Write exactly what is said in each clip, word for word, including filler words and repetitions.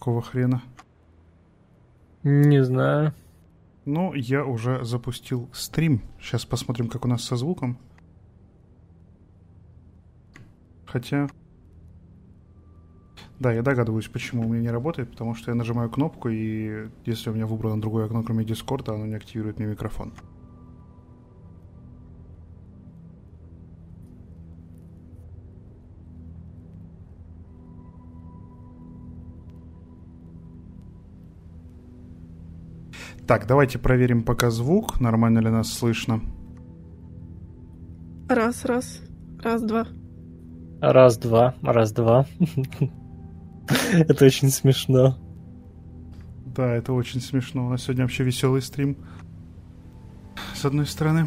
Какого хрена? Не знаю. Ну, я уже запустил стрим. Сейчас посмотрим, как у нас со звуком. Хотя... Да, я догадываюсь, почему у меня не работает, потому что я нажимаю кнопку, и если у меня выбрано другое окно, кроме Дискорда, оно не активирует мне микрофон. Так, давайте проверим пока звук, нормально ли нас слышно. Раз, раз, раз, два. Раз, два, раз, два. Это очень смешно. Да, это очень смешно. У нас сегодня вообще веселый стрим. С одной стороны.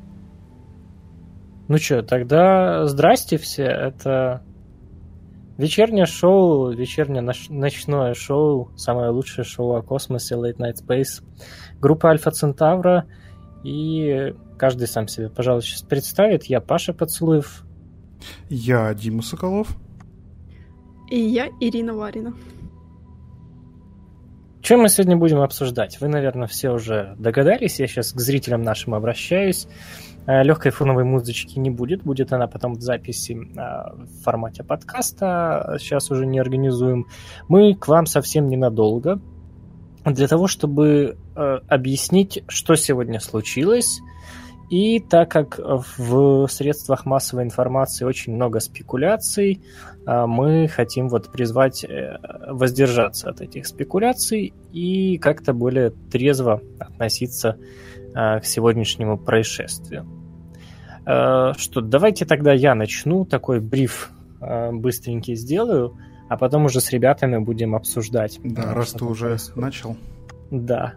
Ну что, тогда здрасте все. Это вечернее шоу, вечернее ноч- ночное шоу, самое лучшее шоу о космосе Late Night Space. Группа Альфа Центавра. И каждый сам себе, пожалуй, сейчас представит. Я Паша Поцелуев. Я Дима Соколов. И я Ирина Варина. Что мы сегодня будем обсуждать? Вы, наверное, все уже догадались. Я сейчас к зрителям нашим обращаюсь. Легкой фоновой музычки не будет. Будет она потом в записи в формате подкаста. Сейчас уже не организуем. Мы к вам совсем ненадолго. Для того, чтобы объяснить, что сегодня случилось. И так как в средствах массовой информации очень много спекуляций, мы хотим вот призвать воздержаться от этих спекуляций и как-то более трезво относиться к сегодняшнему происшествию. Что, давайте тогда я начну, такой бриф быстренький сделаю, а потом уже с ребятами будем обсуждать. Да, раз ты уже происходит. Начал. Да.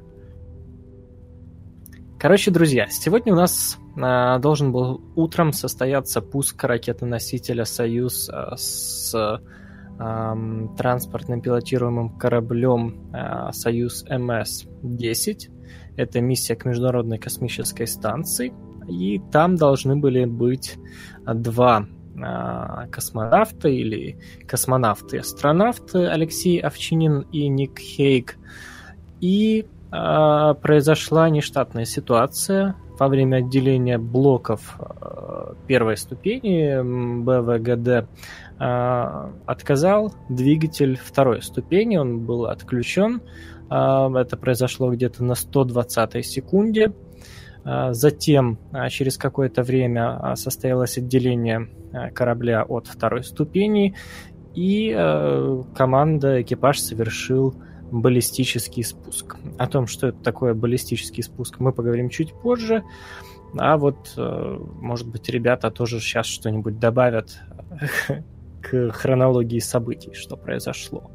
Короче, друзья, сегодня у нас э, должен был утром состояться пуск ракеты-носителя «Союз» э, с э, транспортным пилотируемым кораблем э, «Союз эм эс десять». Это миссия к Международной космической станции. И там должны были быть два э, космонавта или космонавты-астронавты Алексей Овчинин и Ник Хейг. И произошла нештатная ситуация. Во время отделения блоков первой ступени бэ вэ гэ дэ отказал двигатель второй ступени, он был отключен. Это произошло где-то на сто двадцатой секунде. Затем, через какое-то время, состоялось отделение корабля от второй ступени, и команда, экипаж совершил баллистический спуск. О том, что это такое баллистический спуск, мы поговорим чуть позже. А вот, может быть, ребята тоже сейчас что-нибудь добавят к хронологии событий, что произошло.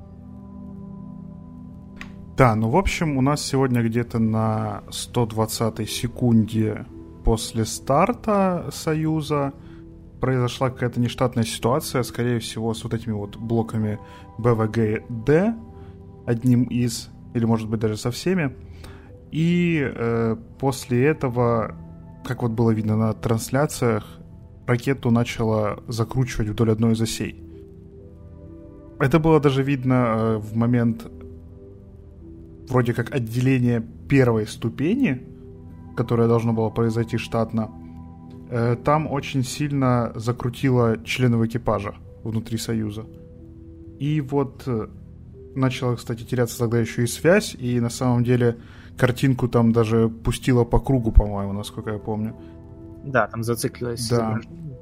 Да, ну, в общем, у нас сегодня где-то на сто двадцатой секунде после старта «Союза» произошла какая-то нештатная ситуация, скорее всего, с вот этими вот блоками бэ вэ гэ дэ, одним из, или может быть даже со всеми. И э, после этого, как вот было видно на трансляциях, ракету начало закручивать вдоль одной из осей. Это было даже видно э, в момент вроде как отделения первой ступени, которое должно было произойти штатно. Э, там очень сильно закрутило членов экипажа внутри «Союза». И вот... начала, кстати, теряться тогда еще и связь, и на самом деле картинку там даже пустила по кругу, по-моему, насколько я помню. Да, там зациклилась. Да.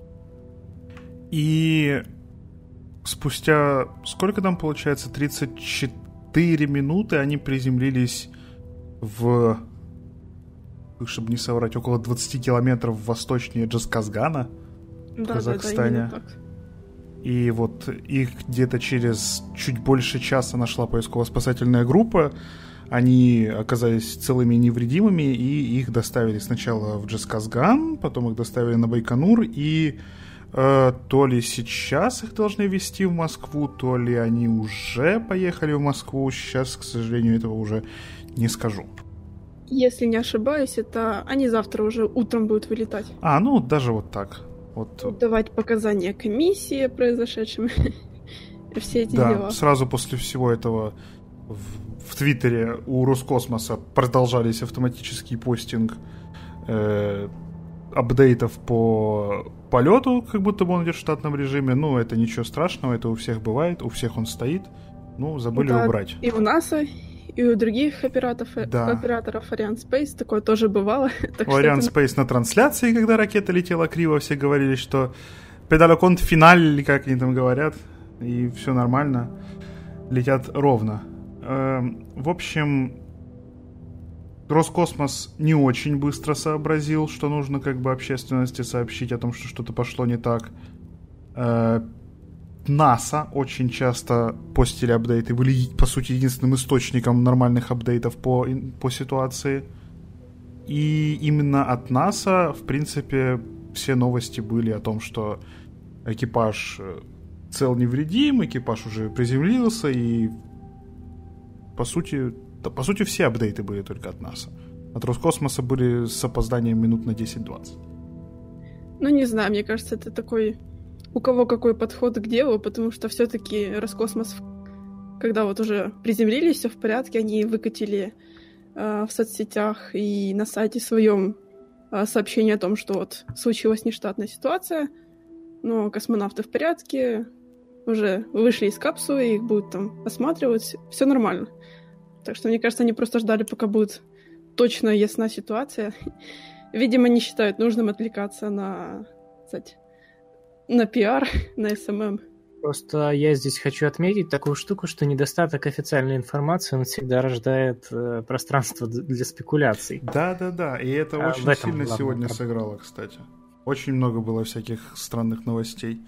И спустя, сколько там получается, тридцать четыре минуты они приземлились в, чтобы не соврать, около двадцать километров восточнее Джасказгана в да, Казахстане. Да, да, так. И вот их где-то через чуть больше часа нашла поисково-спасательная группа. Они оказались целыми и невредимыми, и их доставили сначала в Джасказган, потом их доставили на Байконур, и э, то ли сейчас их должны везти в Москву, то ли они уже поехали в Москву. Сейчас, к сожалению, этого уже не скажу. Если не ошибаюсь, это они завтра уже утром будут вылетать. А, ну, даже вот так. Вот. Давать показания комиссии о произошедшем. все эти да, дела. Сразу после всего этого в, в Твиттере у Роскосмоса продолжались автоматический постинг э, апдейтов по полету, как будто бы он идет в штатном режиме. Ну, это ничего страшного, это у всех бывает, у всех он стоит. Ну, забыли да, убрать. И у НАСА, и у других операторов, да. операторов Arianespace такое тоже бывало. У Arianespace это... на трансляции, когда ракета летела криво, все говорили, что педалоконт финаль, или как они там говорят, и все нормально, летят ровно. Эм, в общем, Роскосмос не очень быстро сообразил, что нужно как бы общественности сообщить о том, что что-то пошло не так. Э, НАСА очень часто постили апдейты, были, по сути, единственным источником нормальных апдейтов по, по ситуации. И именно от НАСА, в принципе, все новости были о том, что экипаж цел невредим, экипаж уже приземлился, и по сути, да, по сути все апдейты были только от НАСА. От Роскосмоса были с опозданием минут на десять-двадцать. Ну, не знаю, мне кажется, это такой... У кого какой подход к делу, потому что все-таки Роскосмос, когда вот уже приземлились, все в порядке, они выкатили э, в соцсетях и на сайте своем э, сообщение о том, что вот случилась нештатная ситуация, но космонавты в порядке, уже вышли из капсулы, их будут там осматривать, все нормально. Так что, мне кажется, они просто ждали, пока будет точно ясна ситуация. Видимо, не считают нужным отвлекаться на, кстати, на пиар, на эс эм эм. Просто я здесь хочу отметить такую штуку, что недостаток официальной информации, он всегда рождает э, пространство для спекуляций. Да-да-да, и это а, очень сильно сегодня проблема. Сыграло, кстати. Очень много было всяких странных новостей.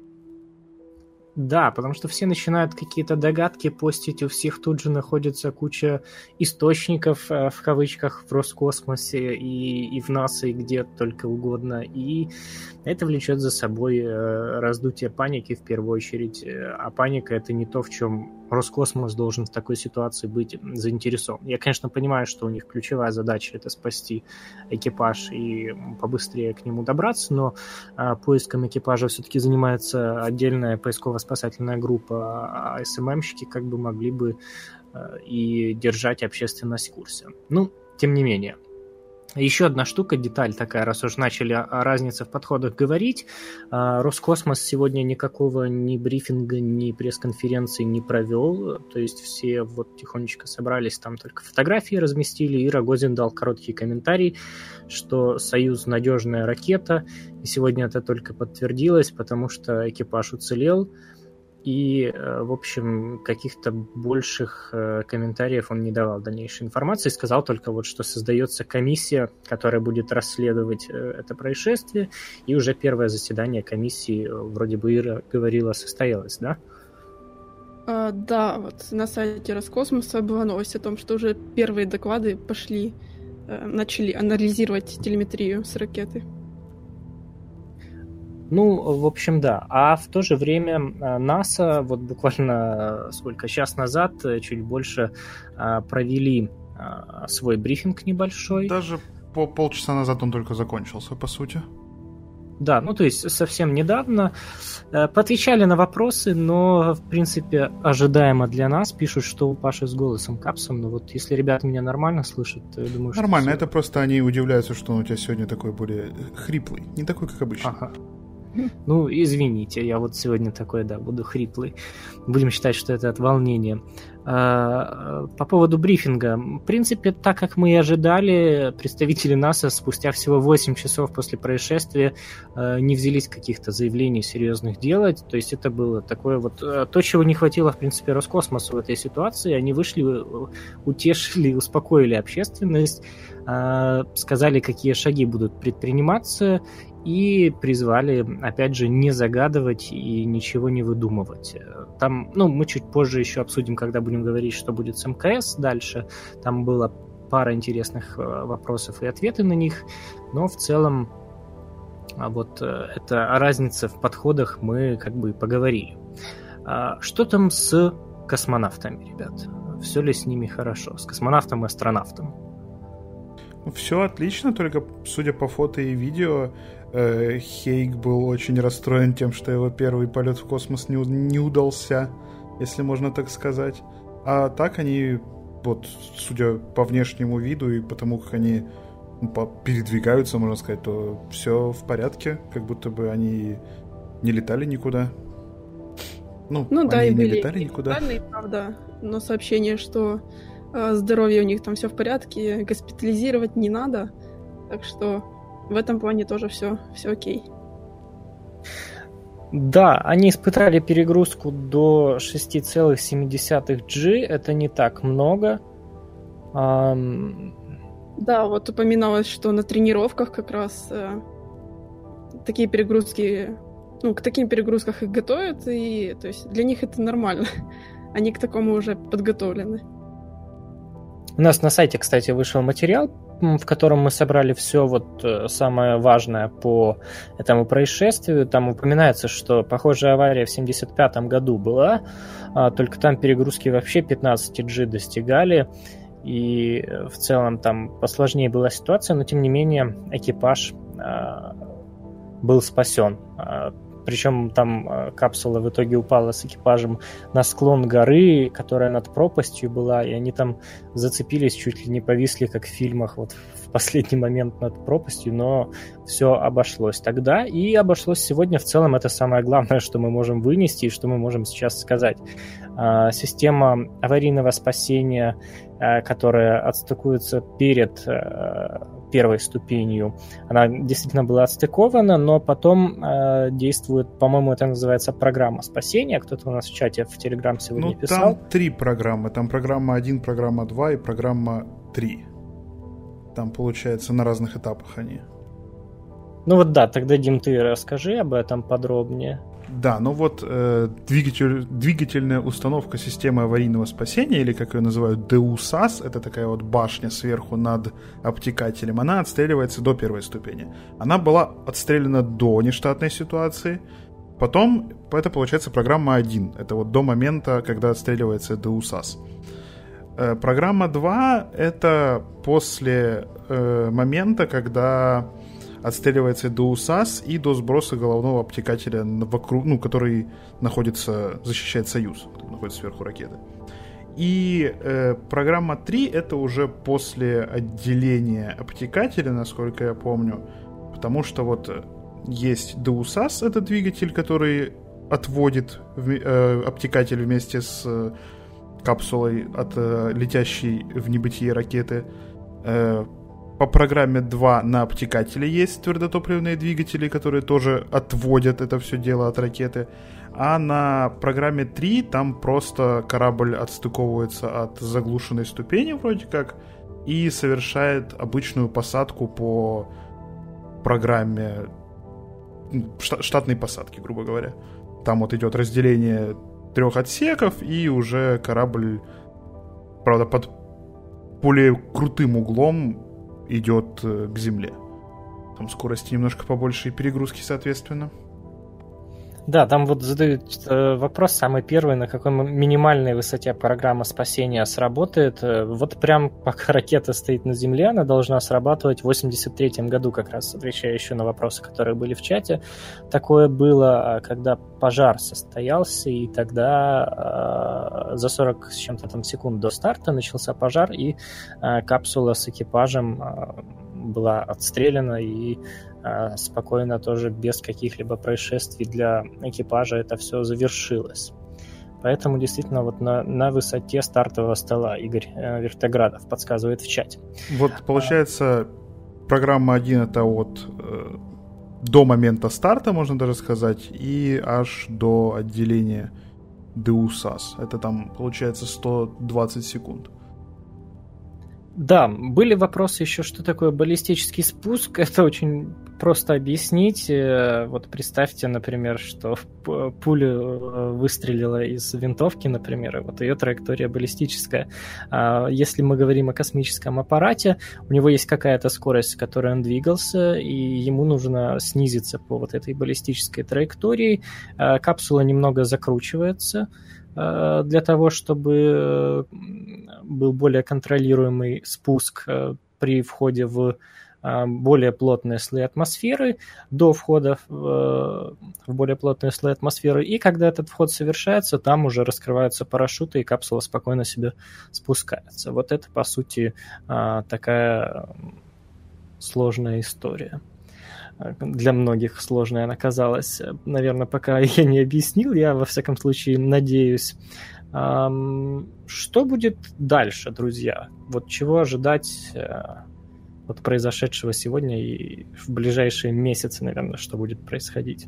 Да, потому что все начинают какие-то догадки постить, у всех тут же находится куча источников, в кавычках, в Роскосмосе и, и в НАСА, и где только угодно, и это влечет за собой раздутие паники в первую очередь, а паника — это не то, в чем Роскосмос должен в такой ситуации быть заинтересован. Я, конечно, понимаю, что у них ключевая задача — это спасти экипаж и побыстрее к нему добраться, но поиском экипажа все-таки занимается отдельная поисково-спасательная группа, а эс эм эм-щики как бы могли бы и держать общественность в курсе. Ну, тем не менее. Еще одна штука, деталь такая, раз уж начали о разнице в подходах говорить. Роскосмос сегодня никакого ни брифинга, ни пресс-конференции не провел. То есть все вот тихонечко собрались, там только фотографии разместили, и Рогозин дал короткий комментарий, что «Союз» — надежная ракета. И сегодня это только подтвердилось, потому что экипаж уцелел. И, в общем, каких-то больших комментариев он не давал дальнейшей информации, сказал только вот, что создается комиссия, которая будет расследовать это происшествие, и уже первое заседание комиссии, вроде бы Ира говорила, состоялось, да? А, да, вот на сайте Роскосмоса была новость о том, что уже первые доклады пошли, начали анализировать телеметрию с ракеты. Ну, в общем, да. А в то же время НАСА вот буквально сколько, час назад, чуть больше, провели свой брифинг небольшой. Даже по полчаса назад он только закончился, по сути. Да, ну то есть совсем недавно. Поотвечали на вопросы, но, в принципе, ожидаемо для нас. Пишут, что у Паши с голосом капсом. Но вот если ребята меня нормально слышат, то я думаю, что... Нормально, это просто они удивляются, что он у тебя сегодня такой более хриплый. Не такой, как обычно. Ага. Ну, извините, я вот сегодня такой, да, буду хриплый. Будем считать, что это от волнения. По поводу брифинга. В принципе, так как мы и ожидали, представители НАСА спустя всего восемь часов после происшествия не взялись каких-то заявлений серьезных делать. То есть это было такое вот... То, чего не хватило, в принципе, Роскосмосу в этой ситуации. Они вышли, утешили, успокоили общественность, сказали, какие шаги будут предприниматься, и призвали, опять же, не загадывать и ничего не выдумывать. Там, ну, мы чуть позже еще обсудим, когда будем говорить, что будет с эм ка эс дальше. Там была пара интересных вопросов и ответы на них, но в целом вот эта разница в подходах мы как бы поговорили. Что там с космонавтами, ребят? Все ли с ними хорошо? С космонавтом и астронавтом? Все отлично, только, судя по фото и видео, э, Хейк был очень расстроен тем, что его первый полет в космос не, не удался, если можно так сказать. А так они, вот, судя по внешнему виду и потому, как они ну, по- передвигаются, можно сказать, то все в порядке, как будто бы они не летали никуда. Ну, Ну они да, и не были летали никуда. правда, но сообщение, что э, здоровье у них там все в порядке, госпитализировать не надо, так что в этом плане тоже все, все окей. Да, они испытали перегрузку до шесть целых семь десятых джи, это не так много. Ам... Да, вот упоминалось, что на тренировках как раз э, такие перегрузки, ну, к таким перегрузкам их готовят, и то есть для них это нормально. Они к такому уже подготовлены. У нас на сайте, кстати, вышел материал, в котором мы собрали все вот самое важное по этому происшествию. Там упоминается, что похожая авария в семьдесят пятом году была, только там перегрузки вообще пятнадцать джи достигали, и в целом там посложнее была ситуация, но тем не менее экипаж был спасен. Причем там капсула в итоге упала с экипажем на склон горы, которая над пропастью была, и они там зацепились, чуть ли не повисли, как в фильмах, вот в последний момент над пропастью, но все обошлось тогда, и обошлось сегодня. В целом это самое главное, что мы можем вынести и что мы можем сейчас сказать. Система аварийного спасения, которая отстыкуется перед первой ступенью, она действительно была отстыкована, но потом э, действует, по-моему, это называется программа спасения. Кто-то у нас в чате в Telegram сегодня ну, писал. Там три программы. Там программа один, программа два и программа три. Там, получается, на разных этапах они. Ну вот да, тогда, Дим, ты расскажи об этом подробнее. Да, ну вот э, двигатель, двигательная установка системы аварийного спасения, или как ее называют, ди ю эс эй эс, это такая вот башня сверху над обтекателем, она отстреливается до первой ступени. Она была отстреляна до нештатной ситуации, потом это получается программа один, это вот до момента, когда отстреливается ди ю эс эй эс. Э, программа два это после э, момента, когда отстреливается ди ю эс эй эс и до сброса головного обтекателя, вокруг, ну, который находится, защищает Союз, находится сверху ракеты. И э, программа три это уже после отделения обтекателя, насколько я помню, потому что вот есть ди ю эс эй эс, это двигатель, который отводит в, э, обтекатель вместе с э, капсулой от э, летящей в небытие ракеты. Э, По программе два на обтекателе есть твердотопливные двигатели, которые тоже отводят это все дело от ракеты. А на программе три там просто корабль отстыковывается от заглушенной ступени вроде как и совершает обычную посадку по программе штатной посадки, грубо говоря. Там вот идет разделение трех отсеков, и уже корабль, правда, под более крутым углом идет к земле. Там скорости немножко побольше и перегрузки, соответственно. Да, там вот задают вопрос самый первый, на какой минимальной высоте программа спасения сработает. Вот прям пока ракета стоит на земле, она должна срабатывать в восемьдесят третьем году, как раз отвечая еще на вопросы, которые были в чате. Такое было, когда пожар состоялся, и тогда э, за сорок с чем-то там секунд до старта начался пожар, и э, капсула с экипажем э, была отстреляна, и э, спокойно тоже без каких-либо происшествий для экипажа это все завершилось. Поэтому действительно вот на, на высоте стартового стола Игорь э, Вертоградов подсказывает в чате. Вот получается, программа один это от э, до момента старта, можно даже сказать, и аж до отделения ди ю эс эй эс. Это там получается сто двадцать секунд. Да, были вопросы еще, что такое баллистический спуск. Это очень просто объяснить. Вот представьте, например, что пуля выстрелила из винтовки, например, и вот ее траектория баллистическая. Если мы говорим о космическом аппарате, у него есть какая-то скорость, с которой он двигался, и ему нужно снизиться по вот этой баллистической траектории. Капсула немного закручивается для того, чтобы был более контролируемый спуск. при входе в более плотные слои атмосферы, до входа в, в более плотные слои атмосферы, и когда этот вход совершается, там уже раскрываются парашюты, и капсула спокойно себе спускается. Вот это, по сути, такая сложная история. Для многих сложная она казалась. Наверное, пока я не объяснил, я, во всяком случае, надеюсь. Что будет дальше, друзья? Вот чего ожидать от произошедшего сегодня и в ближайшие месяцы, наверное, что будет происходить?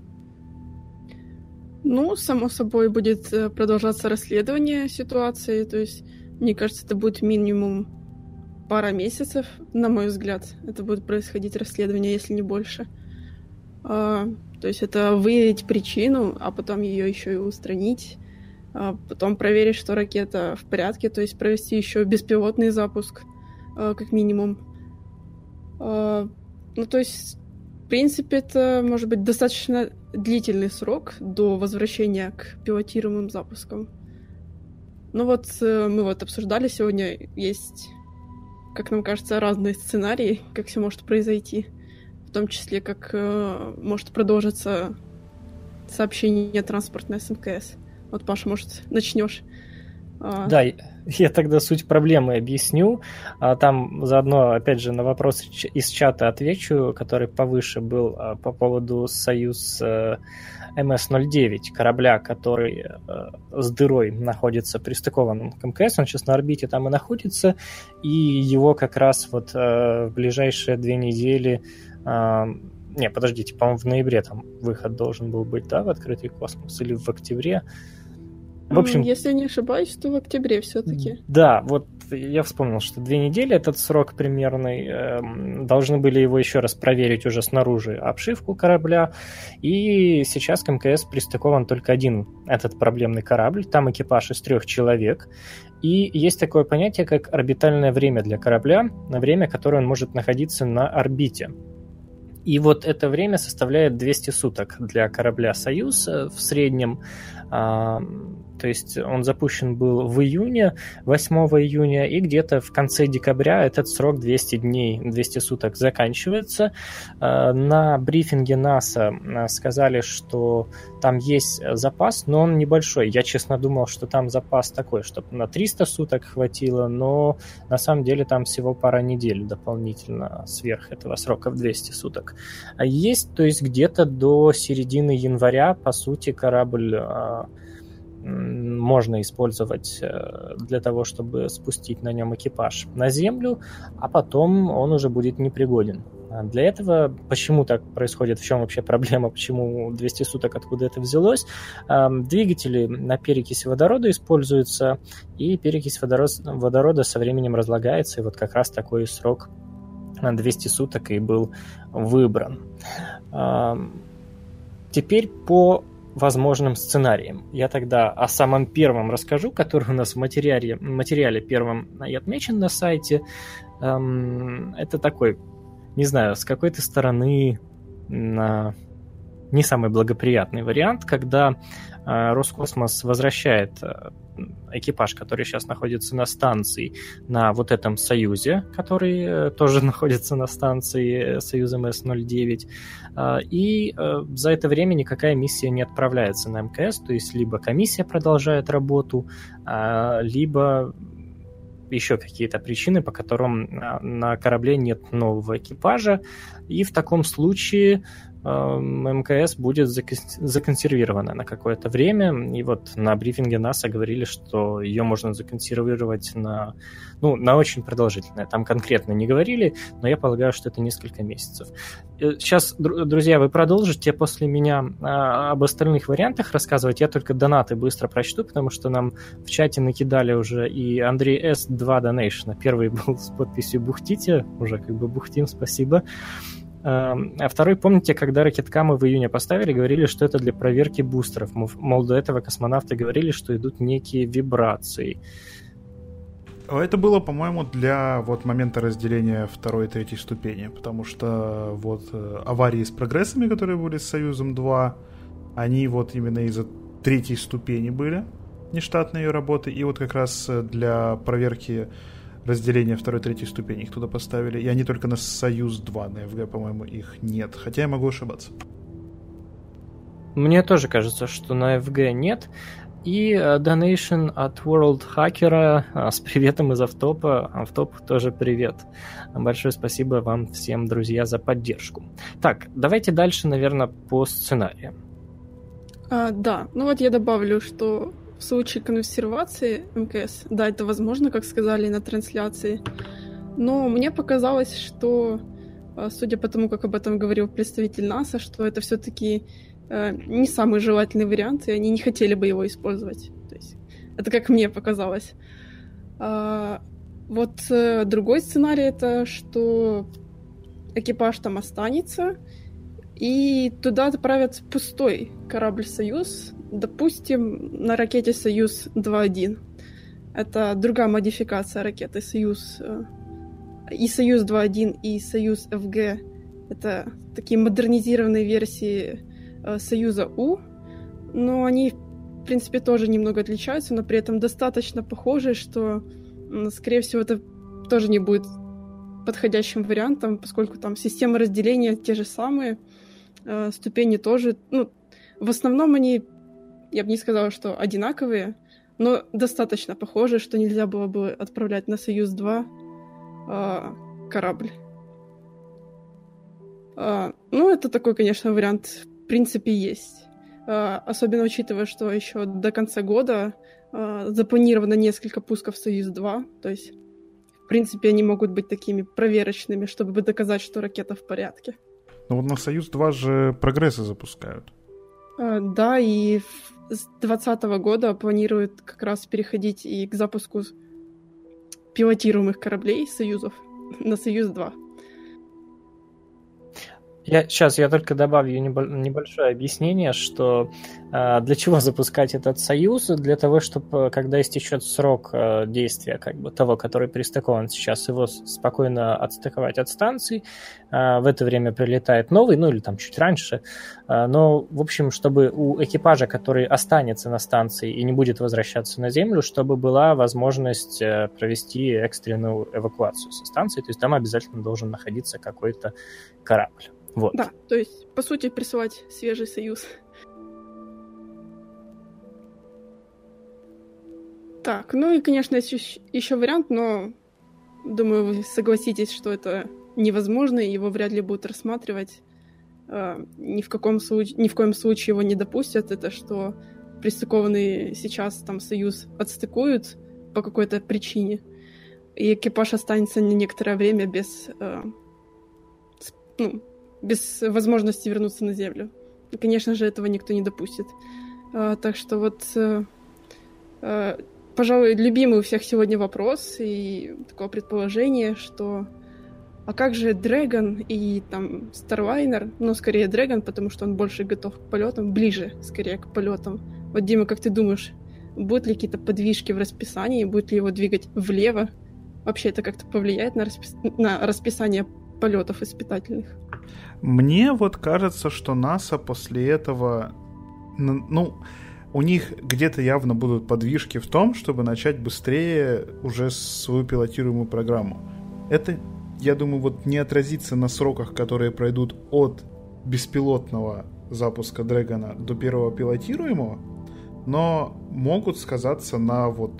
Ну, само собой, будет продолжаться расследование ситуации. То есть, мне кажется, это будет минимум пара месяцев, на мой взгляд. Это будет происходить расследование, если не больше. А, то есть это выявить причину, а потом ее еще и устранить. А потом проверить, что ракета в порядке. То есть провести еще беспилотный запуск, а, как минимум. А, ну, то есть, в принципе, это может быть достаточно длительный срок до возвращения к пилотируемым запускам. Ну вот мы вот обсуждали сегодня, есть, как нам кажется, разные сценарии, как все может произойти. В том числе, как э, может продолжиться сообщение транспортное с эм ка эс. Вот, Паша, может, начнешь? Да, я тогда суть проблемы объясню. Там заодно, опять же, на вопрос из чата отвечу, который повыше был по поводу «Союз эм эс ноль девять», корабля, который с дырой находится пристыкованным к эм ка эс. Он сейчас на орбите там и находится, и его как раз вот в ближайшие две недели... Не, подождите, по-моему, в ноябре там выход должен был быть, да, в открытый космос, или в октябре. В общем, если я не ошибаюсь, то в октябре все-таки. Да, вот я вспомнил, что две недели этот срок примерный. Э, должны были его еще раз проверить уже снаружи обшивку корабля. И сейчас к эм ка эс пристыкован только один этот проблемный корабль. Там экипаж из трех человек. И есть такое понятие, как орбитальное время для корабля, на время, которое он может находиться на орбите. И вот это время составляет двести суток для корабля «Союз» в среднем. То есть он запущен был в июне, восьмого июня, и где-то в конце декабря этот срок двести дней, двести суток заканчивается. На брифинге НАСА сказали, что там есть запас, но он небольшой. Я, честно, думал, что там запас такой, чтобы на триста суток хватило, но на самом деле там всего пара недель дополнительно сверх этого срока в двести суток. Есть, то есть где-то до середины января, по сути, корабль можно использовать для того, чтобы спустить на нем экипаж на Землю, а потом он уже будет непригоден. Для этого, почему так происходит, в чем вообще проблема, почему двести суток, откуда это взялось, двигатели на перекись водорода используются, и перекись водорода со временем разлагается, и вот как раз такой срок двести суток и был выбран. Теперь по возможным сценариям. Я тогда о самом первом расскажу, который у нас в материале, материале первом и отмечен на сайте. Это такой, не знаю, с какой-то стороны не самый благоприятный вариант, когда Роскосмос возвращает экипаж, который сейчас находится на станции, на вот этом «Союзе», который тоже находится на станции «Союз эм эс ноль девять», и за это время никакая миссия не отправляется на эм ка эс, то есть либо комиссия продолжает работу, либо еще какие-то причины, по которым на корабле нет нового экипажа, и в таком случае эм ка эс будет законсервирована на какое-то время, и вот на брифинге НАСА говорили, что ее можно законсервировать на, ну, на очень продолжительное. Там конкретно не говорили, но я полагаю, что это несколько месяцев. Сейчас, друзья, вы продолжите после меня об остальных вариантах рассказывать. Я только донаты быстро прочту, потому что нам в чате накидали уже и Андрей С. два донейшна. Первый был с подписью «Бухтите», уже как бы бухтим, спасибо. А второй, помните, когда ракеткамы в июне поставили, говорили, что это для проверки бустеров. Мол, до этого космонавты говорили, что идут некие вибрации. Это было, по-моему, для вот момента разделения второй и третьей ступени, потому что вот аварии с прогрессами, которые были с Союзом два, они вот именно из-за третьей ступени были, нештатные ее работы, и вот как раз для проверки разделения второй, третьей ступени их туда поставили. И они только на Союз два, на эф джи, по-моему, их нет. Хотя я могу ошибаться. Мне тоже кажется, что на эф джи нет. И donation от World Hacker с приветом из Автопа. Автоп тоже привет. Большое спасибо вам всем, друзья, за поддержку. Так, давайте дальше, наверное, по сценарию. А, да, ну вот я добавлю, что в случае консервации эм ка эс, да, это возможно, как сказали на трансляции, но мне показалось, что, судя по тому, как об этом говорил представитель НАСА, что это все-таки не самый желательный вариант, и они не хотели бы его использовать. То есть это как мне показалось. А, вот другой сценарий — это что экипаж там останется, и туда отправят пустой корабль «Союз», допустим, на ракете «Союз два один». Это другая модификация ракеты «Союз». И «Союз два один», и «Союз эф джи» — это такие модернизированные версии «Союза У», но они, в принципе, тоже немного отличаются, но при этом достаточно похожи, что, скорее всего, это тоже не будет подходящим вариантом, поскольку там системы разделения те же самые, ступени тоже, ну, в основном они, я бы не сказала, что одинаковые, но достаточно похожи, что нельзя было бы отправлять на Союз два э, корабль. Э, ну, это такой, конечно, вариант в принципе есть. Э, особенно учитывая, что еще до конца года э, запланировано несколько пусков Союз два, то есть, в принципе, они могут быть такими проверочными, чтобы доказать, что ракета в порядке. Но вот на Союз два же прогрессы запускают. А, да, и с двадцатого года планируют как раз переходить и к запуску пилотируемых кораблей Союзов на Союз два. Я, сейчас я только добавлю небольшое объяснение, что э, для чего запускать этот союз? Для того, чтобы, когда истечет срок э, действия как бы, того, который пристыкован сейчас, его спокойно отстыковать от станций. Э, в это время прилетает новый, ну или там чуть раньше. Э, но, в общем, чтобы у экипажа, который останется на станции и не будет возвращаться на Землю, чтобы была возможность э, провести экстренную эвакуацию со станции. То есть там обязательно должен находиться какой-то корабль. Вот. Да, то есть, по сути, присылать свежий союз. Так, ну и, конечно, есть еще вариант, но думаю, вы согласитесь, что это невозможно, и его вряд ли будут рассматривать. Э, ни в каком случае, ни в коем случае его не допустят. Это что пристыкованный сейчас там союз отстыкуют по какой-то причине, и экипаж останется на некоторое время без... Э, ну, без возможности вернуться на Землю. И, конечно же, этого никто не допустит. А, так что вот, а, а, пожалуй, любимый у всех сегодня вопрос и такое предположение, что а как же Dragon и там Starliner, ну, скорее Dragon, потому что он больше готов к полетам, ближе, скорее, к полетам. Вот, Дима, как ты думаешь, будут ли какие-то подвижки в расписании, будет ли его двигать влево? Вообще это как-то повлияет на, распис... на расписание полетов испытательных? Мне вот кажется, что НАСА после этого, ну, у них где-то явно будут подвижки в том, чтобы начать быстрее уже свою пилотируемую программу. Это, я думаю, вот не отразится на сроках, которые пройдут от беспилотного запуска Дрэгона до первого пилотируемого, но могут сказаться на вот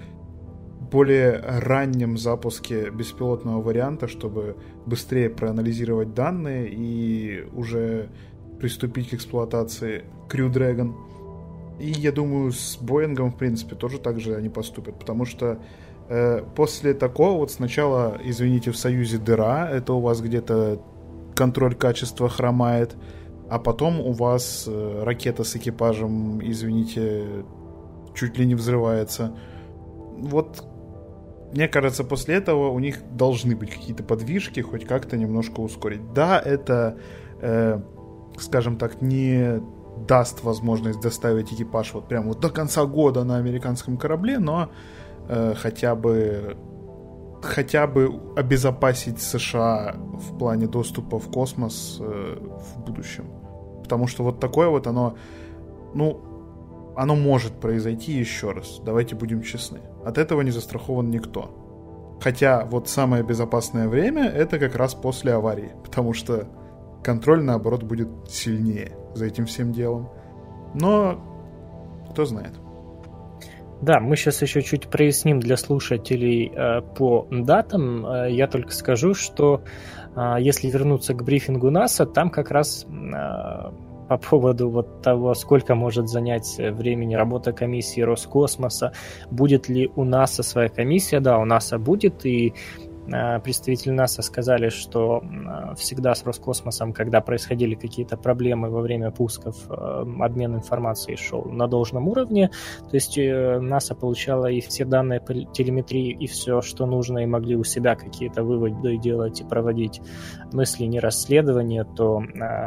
более раннем запуске беспилотного варианта, чтобы быстрее проанализировать данные и уже приступить к эксплуатации Crew Dragon. И я думаю, с Боингом, в принципе, тоже так же они поступят, потому что э, после такого вот сначала, извините, в Союзе дыра, это у вас где-то контроль качества хромает, а потом у вас э, ракета с экипажем, извините, чуть ли не взрывается. Вот мне кажется, после этого у них должны быть какие-то подвижки, хоть как-то немножко ускорить. Да, это, э, скажем так, не даст возможность доставить экипаж вот прямо вот до конца года на американском корабле, но э, хотя бы хотя бы обезопасить США в плане доступа в космос э, в будущем. Потому что вот такое вот оно, ну, оно может произойти еще раз. Давайте будем честны. От этого не застрахован никто. Хотя вот самое безопасное время — это как раз после аварии, потому что контроль, наоборот, будет сильнее за этим всем делом. Но кто знает. Да, мы сейчас еще чуть проясним для слушателей э, по датам. Э, я только скажу, что э, если вернуться к брифингу НАСА, там как раз э, по поводу вот того, сколько может занять времени работа комиссии Роскосмоса, будет ли у НАСА своя комиссия. Да, у НАСА будет, и представители НАСА сказали, что всегда с Роскосмосом, когда происходили какие-то проблемы во время пусков, обмен информацией шел на должном уровне. То есть НАСА получала и все данные по телеметрии, и все, что нужно, и могли у себя какие-то выводы делать и проводить, но если не расследование, то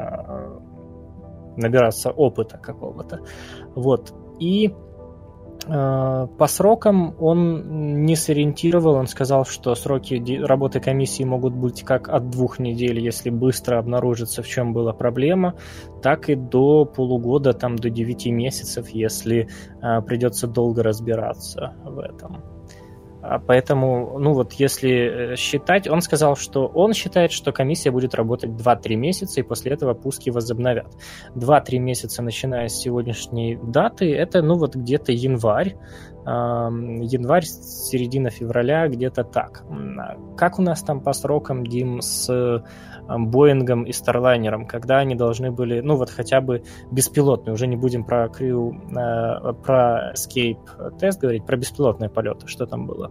набираться опыта какого-то. Вот. И по срокам он не сориентировал, он сказал, что сроки работы комиссии могут быть как от двух недель, если быстро обнаружится, в чем была проблема, так и до полугода, там, до девяти месяцев, если а, придется долго разбираться в этом. А поэтому, ну вот, если считать, он сказал, что он считает, что комиссия будет работать два-три месяца, и после этого пуски возобновят. два-три месяца, начиная с сегодняшней даты, это, ну вот, где-то январь, э, январь, середина февраля, где-то так. Как у нас там по срокам, Дим, с Боингом и Старлайнером, когда они должны были, ну вот хотя бы беспилотные, уже не будем про Crew, э, про Escape тест говорить, про беспилотные полеты, что там было?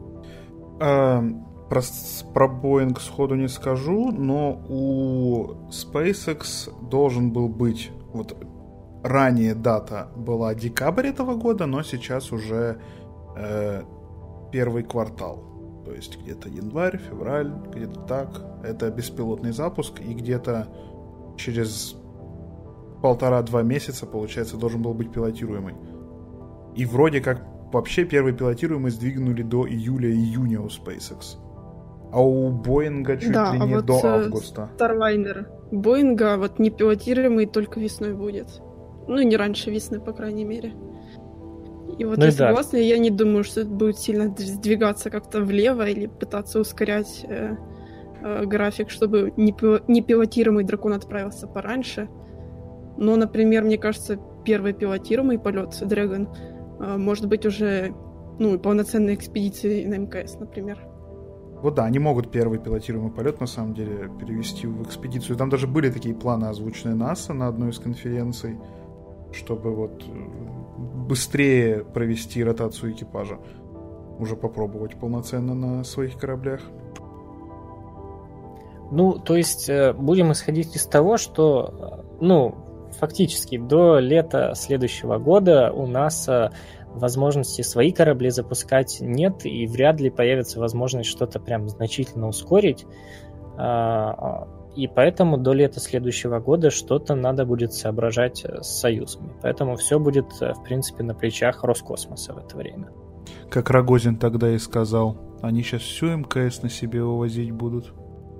А, про, про Boeing сходу не скажу, но у SpaceX должен был быть, вот ранее дата была декабрь этого года, но сейчас уже э, первый квартал. То есть где-то январь, февраль, где-то так. Это беспилотный запуск, и где-то через полтора-два месяца, получается, должен был быть пилотируемый. И вроде как вообще первый пилотируемый сдвинули до июля-июня у SpaceX. А у Боинга чуть да, ли а не вот до августа. Starliner Боинга вот не пилотируемый только весной будет. Ну, не раньше весны, по крайней мере. И вот ну я да. согласна, я не думаю, что это будет сильно сдвигаться как-то влево или пытаться ускорять э, э, график, чтобы непилотируемый дракон отправился пораньше. Но, например, мне кажется, первый пилотируемый полет Dragon э, может быть уже ну, полноценной экспедицией на эм ка эс, например. Вот да, они могут первый пилотируемый полет на самом деле перевести в экспедицию. Там даже были такие планы, озвученные НАСА на одной из конференций, чтобы вот быстрее провести ротацию экипажа. Уже попробовать полноценно на своих кораблях. Ну, то есть будем исходить из того, что, ну, фактически до лета следующего года у нас возможности свои корабли запускать нет, и вряд ли появится возможность что-то прям значительно ускорить. И поэтому до лета следующего года что-то надо будет соображать с союзами. Поэтому все будет, в принципе, на плечах Роскосмоса в это время. Как Рогозин тогда и сказал, они сейчас всю эм ка эс на себе вывозить будут.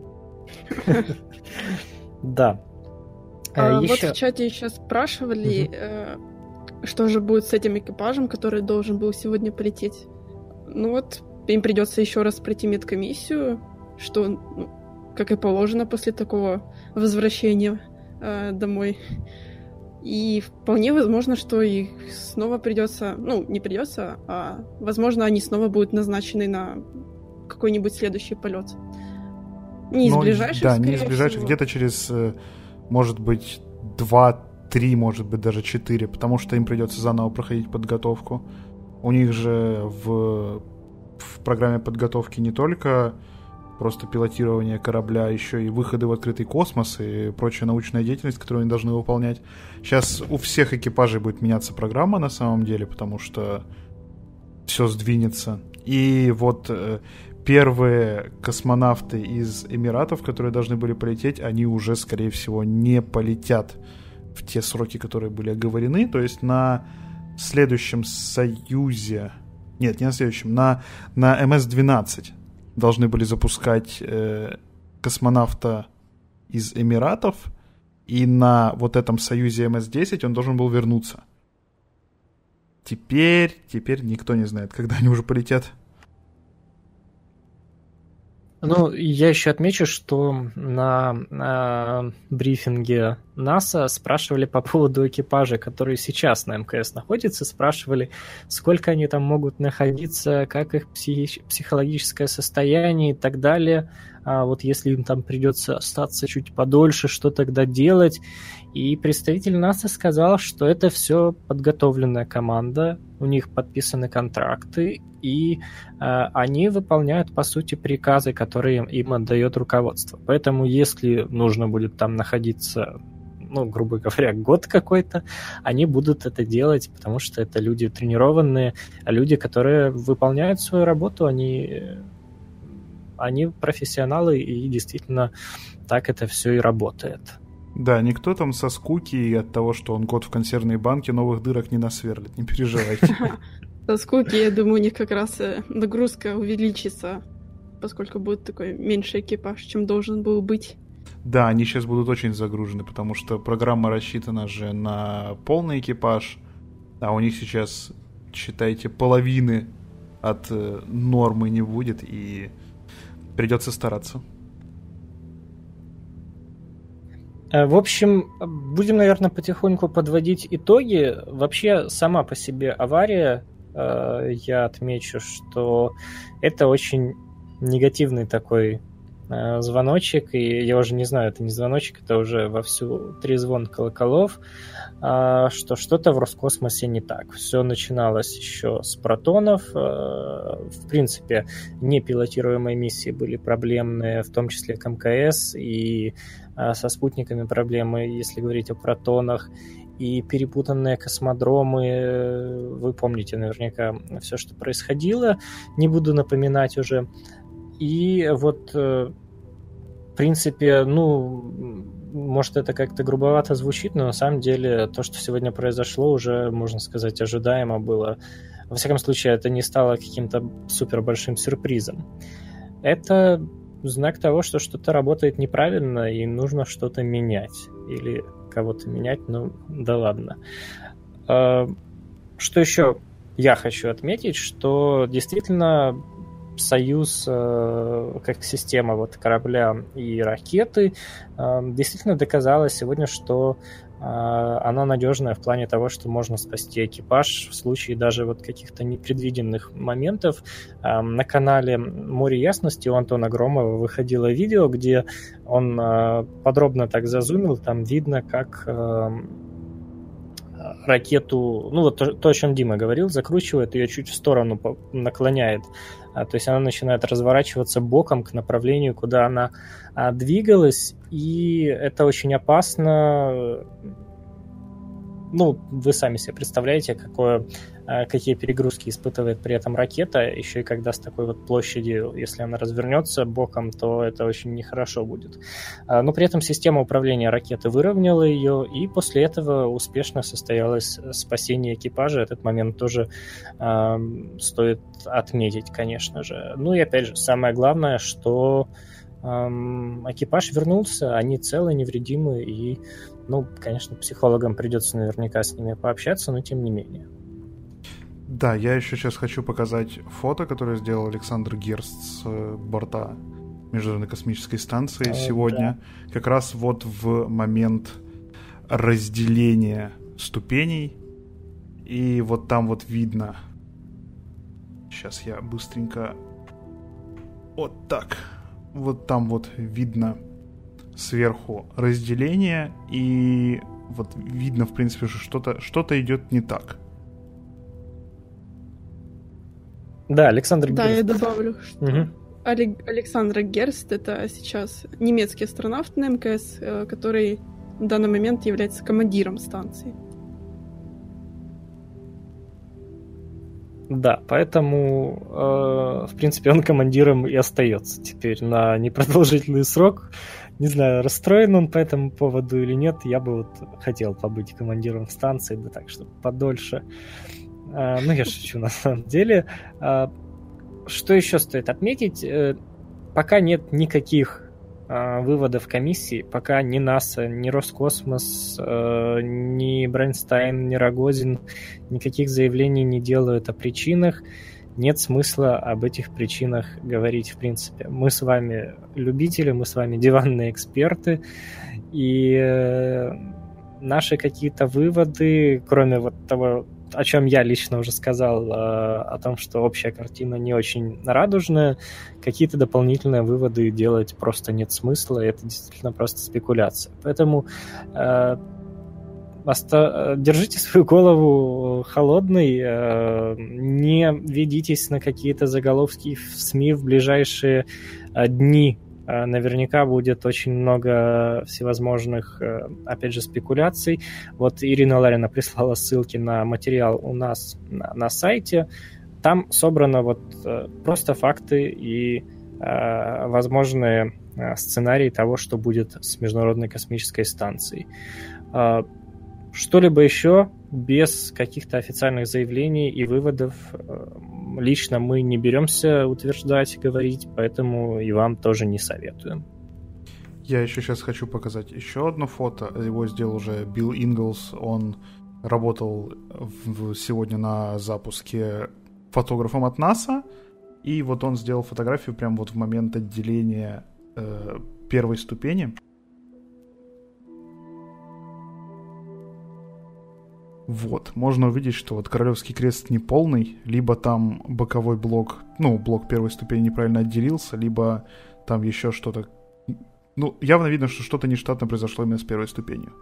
Да. Вот в чате еще спрашивали, что же будет с этим экипажем, который должен был сегодня полететь. Ну вот, им придется еще раз пройти медкомиссию, что... как и положено после такого возвращения э, домой. И вполне возможно, что их снова придется, ну, не придется, а возможно, они снова будут назначены на какой-нибудь следующий полет. Не из Но, ближайших, да, не из ближайших, всего. Где-то через, может быть, два-три, может быть, даже четыре, потому что им придется заново проходить подготовку. У них же в, в программе подготовки не только просто пилотирование корабля, еще и выходы в открытый космос и прочая научная деятельность, которую они должны выполнять. Сейчас у всех экипажей будет меняться программа на самом деле, потому что все сдвинется. И вот э, первые космонавты из Эмиратов, которые должны были полететь, они уже, скорее всего, не полетят в те сроки, которые были оговорены. То есть на следующем Союзе... Нет, не на следующем, на, на эм эс двенадцать должны были запускать э, космонавта из Эмиратов, и на вот этом Союзе эм эс десять он должен был вернуться. Теперь, теперь никто не знает, когда они уже полетят. Ну, я еще отмечу, что на, на брифинге НАСА спрашивали по поводу экипажа, который сейчас на МКС находится, спрашивали, сколько они там могут находиться, как их психи- психологическое состояние и так далее. А вот если им там придется остаться чуть подольше, что тогда делать? И представитель НАСА сказал, что это все подготовленная команда, у них подписаны контракты, и э, они выполняют, по сути, приказы, которые им отдает руководство. Поэтому, если нужно будет там находиться, ну, грубо говоря, год какой-то, они будут это делать, потому что это люди тренированные, люди, которые выполняют свою работу, они, они профессионалы, и действительно так это все и работает. Да, никто там со скуки и от того, что он год в консервной банке, новых дырок не насверлит, не переживайте. Со скуки, я думаю, у них как раз нагрузка увеличится, поскольку будет такой меньший экипаж, чем должен был быть. Да, они сейчас будут очень загружены, потому что программа рассчитана же на полный экипаж, а у них сейчас, считайте, половины от нормы не будет, и придется стараться. В общем, будем, наверное, потихоньку подводить итоги. Вообще, сама по себе авария, я отмечу, что это очень негативный такой звоночек, и я уже не знаю, это не звоночек, это уже вовсю трезвон колоколов, что что-то в Роскосмосе не так. Все начиналось еще с протонов. В принципе, непилотируемые миссии были проблемные, в том числе к МКС, и со спутниками проблемы, если говорить о протонах, и перепутанные космодромы. Вы помните наверняка все, что происходило. Не буду напоминать уже. И вот, в принципе, ну, может, это как-то грубовато звучит, но на самом деле то, что сегодня произошло, уже, можно сказать, ожидаемо было. Во всяком случае, это не стало каким-то супер большим сюрпризом. Это знак того, что что-то работает неправильно и нужно что-то менять. Или кого-то менять, ну да ладно. Что еще я хочу отметить, что действительно Союз как система вот корабля и ракеты действительно доказала сегодня, что она надежная в плане того, что можно спасти экипаж в случае даже вот каких-то непредвиденных моментов. На канале «Море ясности» у Антона Громова выходило видео, где он подробно так зазумил, там видно, как ракету, ну вот то, то, о чем Дима говорил, закручивает ее чуть в сторону, наклоняет. То есть она начинает разворачиваться боком к направлению, куда она двигалась, и это очень опасно. Ну, вы сами себе представляете, какое, какие перегрузки испытывает при этом ракета, еще и когда с такой вот площадью, если она развернется боком, то это очень нехорошо будет. Но при этом система управления ракеты выровняла ее, и после этого успешно состоялось спасение экипажа. Этот момент тоже э, стоит отметить, конечно же. Ну и опять же, самое главное, что э, экипаж вернулся, они целы, невредимы, и ну, конечно, психологам придется наверняка с ними пообщаться, но тем не менее. Да, я еще сейчас хочу показать фото, которое сделал Александр Герст с борта Международной космической станции а, сегодня. Да. Как раз вот в момент разделения ступеней. И вот там вот видно... Сейчас я быстренько... Вот так. Вот там вот видно... сверху разделение, и вот видно, в принципе, что что-то, что-то идет не так. Да, Александр Да, Герст. я добавлю, что угу. Александр Герст — это сейчас немецкий астронавт на МКС, который в данный момент является командиром станции. Да, поэтому, э, в принципе, он командиром и остается теперь на непродолжительный срок. Не знаю, расстроен он по этому поводу или нет. Я бы вот хотел побыть командиром станции, да так, чтобы подольше. Э, ну, я шучу на самом деле. Э, что еще стоит отметить? Э, пока нет никаких э, выводов комиссии, пока ни НАСА, ни Роскосмос, э, ни Брайнстайн, ни Рогозин никаких заявлений не делают о причинах. нет смысла об этих причинах говорить в принципе. Мы с вами любители, мы с вами диванные эксперты, и наши какие-то выводы, кроме вот того, о чем я лично уже сказал, о том, что общая картина не очень радужная, какие-то дополнительные выводы делать просто нет смысла, это действительно просто спекуляция. Поэтому держите свою голову холодной, не ведитесь на какие-то заголовки в СМИ в ближайшие дни. Наверняка будет очень много всевозможных, опять же, спекуляций. Вот Ирина Ларина прислала ссылки на материал у нас на, на сайте. Там собрано вот просто факты и возможные сценарии того, что будет с Международной космической станцией. Что-либо еще без каких-то официальных заявлений и выводов лично мы не беремся утверждать, говорить, поэтому и вам тоже не советуем. Я еще сейчас хочу показать еще одно фото. Его сделал уже Билл Инглс. Он работал в, сегодня на запуске фотографом от НАСА. И вот он сделал фотографию прямо вот в момент отделения э, первой ступени. Вот, можно увидеть, что вот Королевский крест не полный, либо там боковой блок, ну, блок первой ступени неправильно отделился, либо там еще что-то... Ну, явно видно, что что-то нештатно произошло именно с первой ступенью.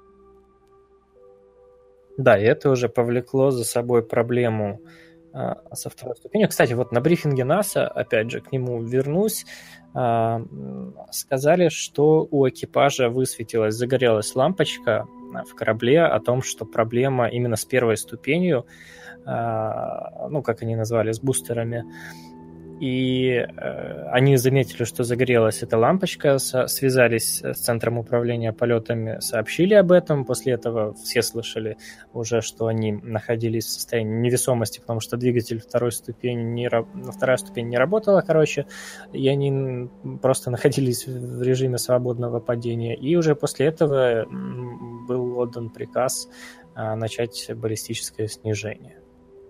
Да, и это уже повлекло за собой проблему а, со второй ступенью. Кстати, вот на брифинге НАСА, опять же, к нему вернусь, а, сказали, что у экипажа высветилась, загорелась лампочка в корабле о том, что проблема именно с первой ступенью, ну, как они назвали, с бустерами. И они заметили, что загорелась эта лампочка, связались с Центром управления полетами, сообщили об этом. После этого все слышали уже, что они находились в состоянии невесомости, потому что двигатель второй ступени не, вторая ступень не работала, короче, и они просто находились в режиме свободного падения. И уже после этого был отдан приказ начать баллистическое снижение.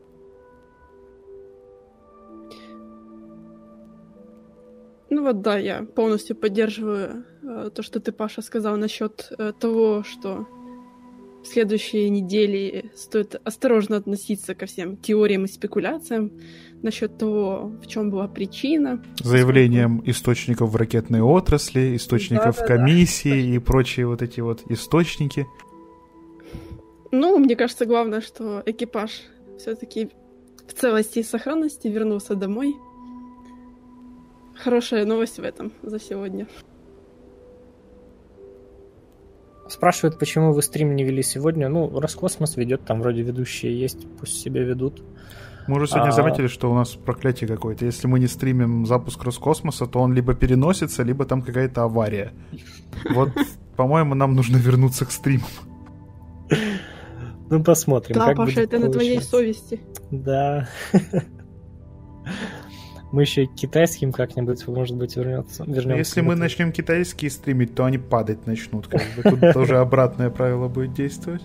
Ну вот да, я полностью поддерживаю э, то, что ты, Паша, сказал насчет э, того, что в следующие недели стоит осторожно относиться ко всем теориям и спекуляциям насчет того, в чем была причина. Заявлением поскольку... источников в ракетной отрасли, источников да, да, комиссии да. и прочие вот эти вот источники. Ну, мне кажется, главное, что экипаж все-таки в целости и сохранности вернулся домой. Хорошая новость в этом за сегодня. Спрашивают, почему вы стрим не вели сегодня. Ну, Роскосмос ведет, там вроде ведущие есть, пусть себя ведут. Мы уже сегодня а... заметили, что у нас проклятие какое-то. Если мы не стримим запуск Роскосмоса, то он либо переносится, либо там какая-то авария. Вот, по-моему, нам нужно вернуться к стримам. Ну, посмотрим. Да, Паша, это на твоей совести. Да. Мы еще и к китайским как-нибудь, может быть, вернется, вернемся. Если мы начнем китайские стримить, то они падать начнут. Как бы. Тут тоже обратное правило будет действовать.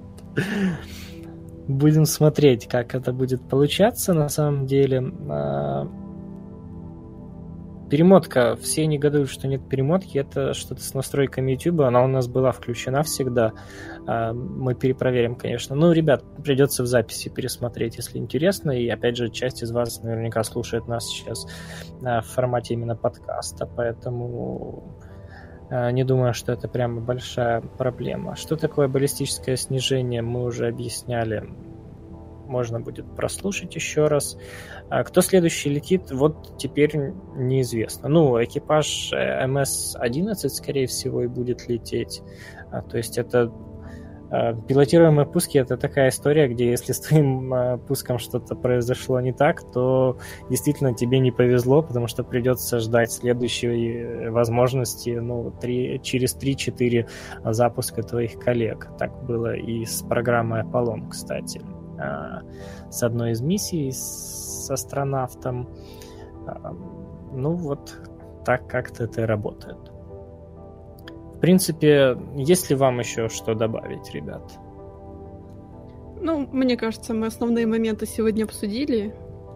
Будем смотреть, как это будет получаться на самом деле. Перемотка. Все негодуют, что нет перемотки. Это что-то с настройками YouTube. Она у нас была включена всегда. Мы перепроверим, конечно. Ну, ребят, придется в записи пересмотреть, если интересно. И, опять же, часть из вас наверняка слушает нас сейчас в формате именно подкаста. Поэтому не думаю, что это прямо большая проблема. Что такое баллистическое снижение, мы уже объясняли. Можно будет прослушать еще раз. А кто следующий летит, вот теперь неизвестно. Ну, экипаж эм эс одиннадцать, скорее всего, и будет лететь. А, то есть это а, пилотируемые пуски — это такая история, где если с твоим а, пуском что-то произошло не так, то действительно тебе не повезло, потому что придется ждать следующей возможности ну, три, через три-четыре запуска твоих коллег. Так было и с программой Аполлон, кстати. С одной из миссий с астронавтом. Ну вот так как-то это работает. В принципе, есть ли вам еще что добавить, ребят? Ну, мне кажется, мы основные моменты сегодня обсудили.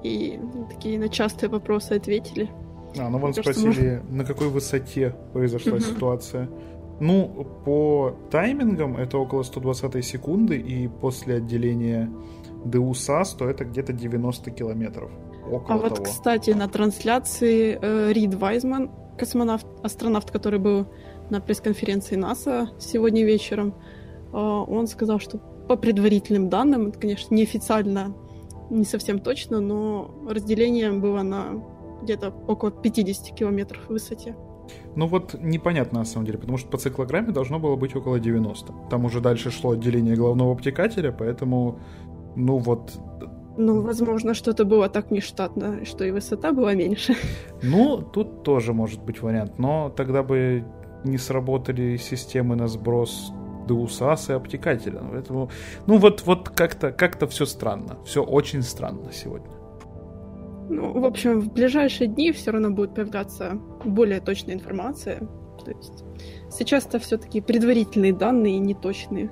и такие на частые вопросы ответили. А, ну вон спросили, можно... на какой высоте произошла uh-huh. ситуация. Ну, по таймингам это около сто двадцатой секунды, и после отделения Деусас, то это где-то девяносто километров. Около а вот, того. Кстати, на трансляции э, Рид Вайзман, космонавт, астронавт, который был на пресс-конференции НАСА сегодня вечером, э, он сказал, что по предварительным данным, это, конечно, неофициально, не совсем точно, но разделение было на где-то около пятьдесят километров в высоте. Ну вот непонятно на самом деле, потому что по циклограмме должно было быть около девяноста. Там уже дальше шло отделение головного обтекателя, поэтому, ну вот... Ну, возможно, что-то было так нештатно, что и высота была меньше. Ну, тут тоже может быть вариант, но тогда бы не сработали системы на сброс Деусас и обтекателя. Поэтому, ну вот, вот как-то, как-то все странно, все очень странно сегодня. Ну, в общем, в ближайшие дни все равно будет появляться более точная информация. То есть сейчас это все-таки предварительные данные, неточные.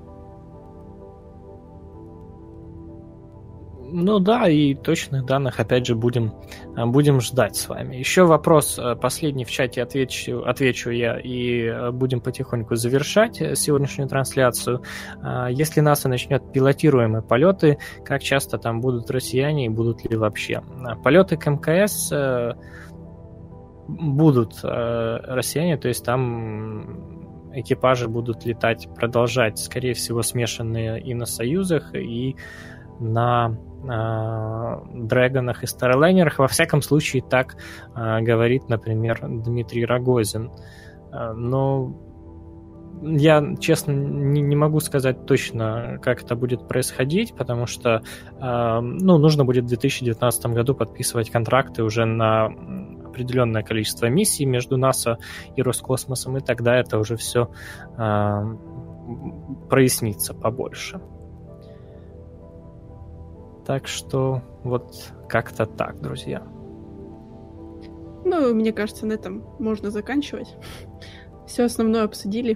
Ну да, и точных данных, опять же, будем, будем ждать с вами. Еще вопрос последний в чате отвечу, отвечу я, и будем потихоньку завершать сегодняшнюю трансляцию. Если НАСА начнет пилотируемые полеты, как часто там будут россияне и будут ли вообще? Полеты к МКС будут россияне, то есть там экипажи будут летать, продолжать, скорее всего, смешанные и на Союзах, и на Дрэгонах и Старлайнерах. Во всяком случае, так а, говорит, например, Дмитрий Рогозин. А, но я, честно, не, не могу сказать точно, как это будет происходить, потому что а, ну, нужно будет в две тысячи девятнадцатом году подписывать контракты уже на определенное количество миссий между НАСА и Роскосмосом, и тогда это уже все а, прояснится побольше. Так что вот как-то так, друзья. Ну, мне кажется, на этом можно заканчивать. Все основное обсудили.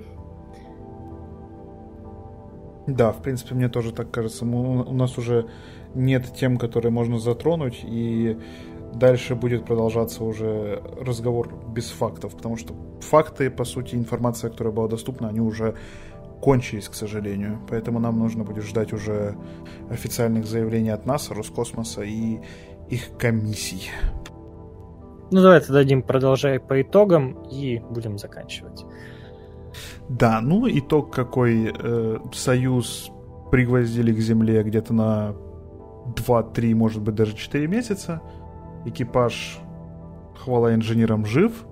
Да, в принципе, мне тоже так кажется. Мы, у нас уже нет тем, которые можно затронуть, и дальше будет продолжаться уже разговор без фактов, потому что факты, по сути, информация, которая была доступна, они уже кончились, к сожалению. Поэтому нам нужно будет ждать уже официальных заявлений от НАСА, Роскосмоса и их комиссий. Ну, давайте дадим, продолжай по итогам и будем заканчивать. Да, ну, итог какой. Э, Союз пригвоздили к Земле где-то на два-три, может быть, даже четыре месяца. Экипаж, хвала инженерам, жив.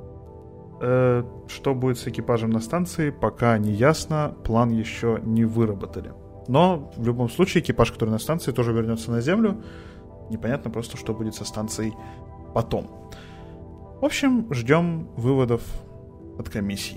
Что будет с экипажем на станции, пока не ясно, план еще не выработали. Но в любом случае экипаж, который на станции, тоже вернется на Землю. Непонятно просто, что будет со станцией потом. В общем, ждем выводов от комиссии.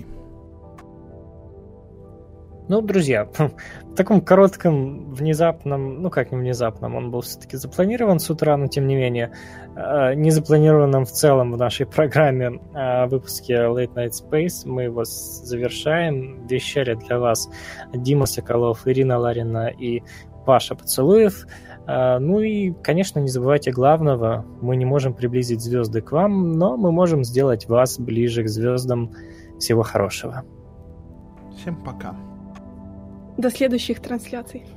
Ну, друзья, в таком коротком, внезапном, ну как не внезапном, он был все-таки запланирован с утра, но тем не менее, не запланированном в целом в нашей программе выпуске Late Night Space мы его завершаем. Вещали для вас Дима Соколов, Ирина Ларина и Паша Поцелуев. Ну и, конечно, не забывайте главного, мы не можем приблизить звезды к вам, но мы можем сделать вас ближе к звездам. Всего хорошего. Всем пока. До следующих трансляций.